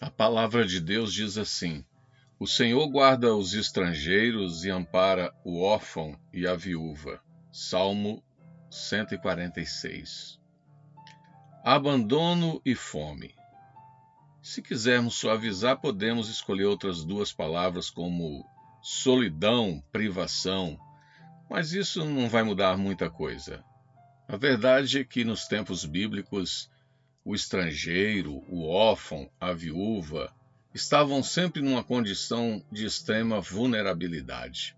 A palavra de Deus diz assim: O Senhor guarda os estrangeiros e ampara o órfão e a viúva. Salmo 146. Abandono e fome. Se quisermos suavizar, podemos escolher outras duas palavras como solidão, privação, mas isso não vai mudar muita coisa. A verdade é que nos tempos bíblicos, o estrangeiro, o órfão, a viúva, estavam sempre numa condição de extrema vulnerabilidade.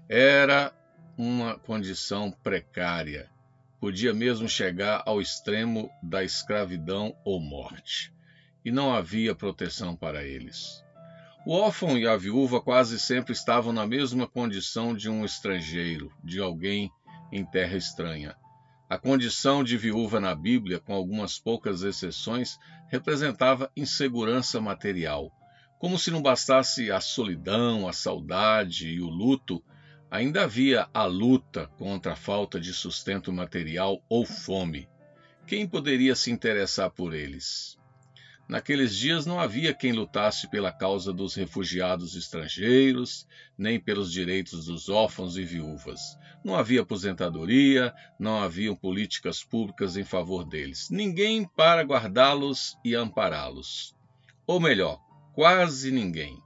Era uma condição precária, podia mesmo chegar ao extremo da escravidão ou morte, e não havia proteção para eles. O órfão e a viúva quase sempre estavam na mesma condição de um estrangeiro, de alguém em terra estranha. A condição de viúva na Bíblia, com algumas poucas exceções, representava insegurança material. Como se não bastasse a solidão, a saudade e o luto, ainda havia a luta contra a falta de sustento material ou fome. Quem poderia se interessar por eles? Naqueles dias não havia quem lutasse pela causa dos refugiados estrangeiros, nem pelos direitos dos órfãos e viúvas. Não havia aposentadoria, não haviam políticas públicas em favor deles. Ninguém para guardá-los e ampará-los. Ou melhor, quase ninguém.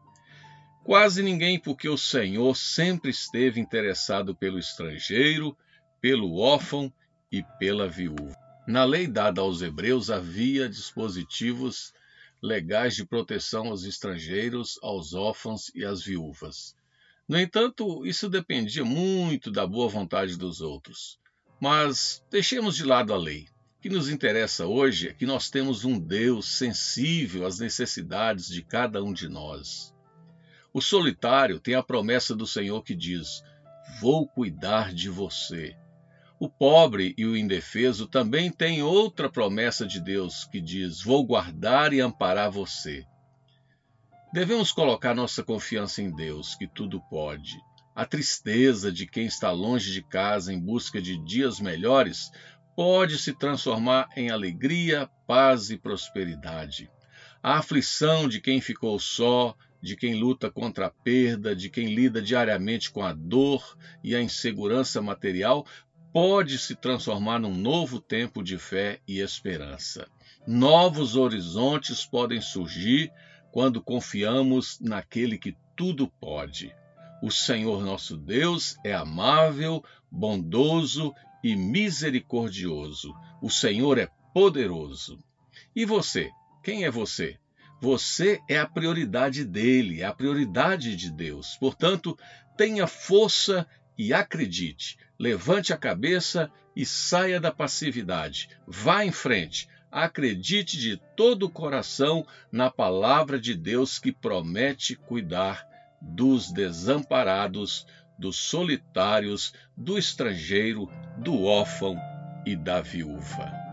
Quase ninguém, porque o Senhor sempre esteve interessado pelo estrangeiro, pelo órfão e pela viúva. Na lei dada aos hebreus havia dispositivos legais de proteção aos estrangeiros, aos órfãos e às viúvas. No entanto, isso dependia muito da boa vontade dos outros. Mas deixemos de lado a lei. O que nos interessa hoje é que nós temos um Deus sensível às necessidades de cada um de nós. O solitário tem a promessa do Senhor que diz: "Vou cuidar de você." O pobre e o indefeso também têm outra promessa de Deus que diz: "Vou guardar e amparar você." Devemos colocar nossa confiança em Deus, que tudo pode. A tristeza de quem está longe de casa em busca de dias melhores pode se transformar em alegria, paz e prosperidade. A aflição de quem ficou só, de quem luta contra a perda, de quem lida diariamente com a dor e a insegurança material pode se transformar num novo tempo de fé e esperança. Novos horizontes podem surgir quando confiamos naquele que tudo pode. O Senhor nosso Deus é amável, bondoso e misericordioso. O Senhor é poderoso. E você? Quem é você? Você é a prioridade dele, é a prioridade de Deus. Portanto, tenha força e acredite. Levante a cabeça e saia da passividade. Vá em frente. Acredite de todo o coração na palavra de Deus que promete cuidar dos desamparados, dos solitários, do estrangeiro, do órfão e da viúva.